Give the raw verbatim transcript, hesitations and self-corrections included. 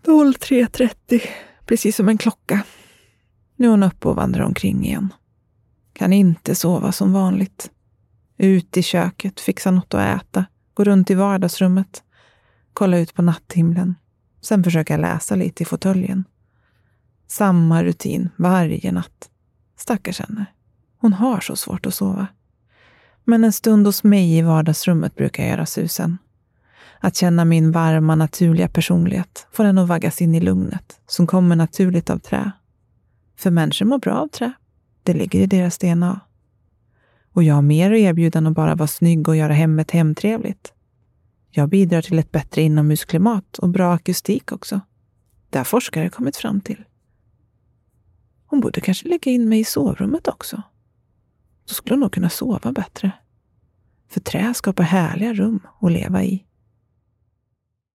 tre trettio, precis som en klocka. Nu är hon uppe och vandrar omkring igen. Kan inte sova som vanligt. Ut i köket, fixa något att äta, gå runt i vardagsrummet, kolla ut på natthimlen. Sen försöka läsa lite i fåtöljen. Samma rutin varje natt. Stackars henne. Hon har så svårt att sova. Men en stund hos mig i vardagsrummet brukar jag göra susen. Att känna min varma, naturliga personlighet får den att vaggas in i lugnet som kommer naturligt av trä. För människor mår bra av trä. Det ligger i deras D N A. Och jag har mer att erbjuda än att bara vara snygg och göra hemmet hemtrevligt. Jag bidrar till ett bättre inomhusklimat och bra akustik också. Det har forskare kommit fram till. Hon borde kanske lägga in mig i sovrummet också. Då skulle hon nog kunna sova bättre. För trä skapar härliga rum att leva i.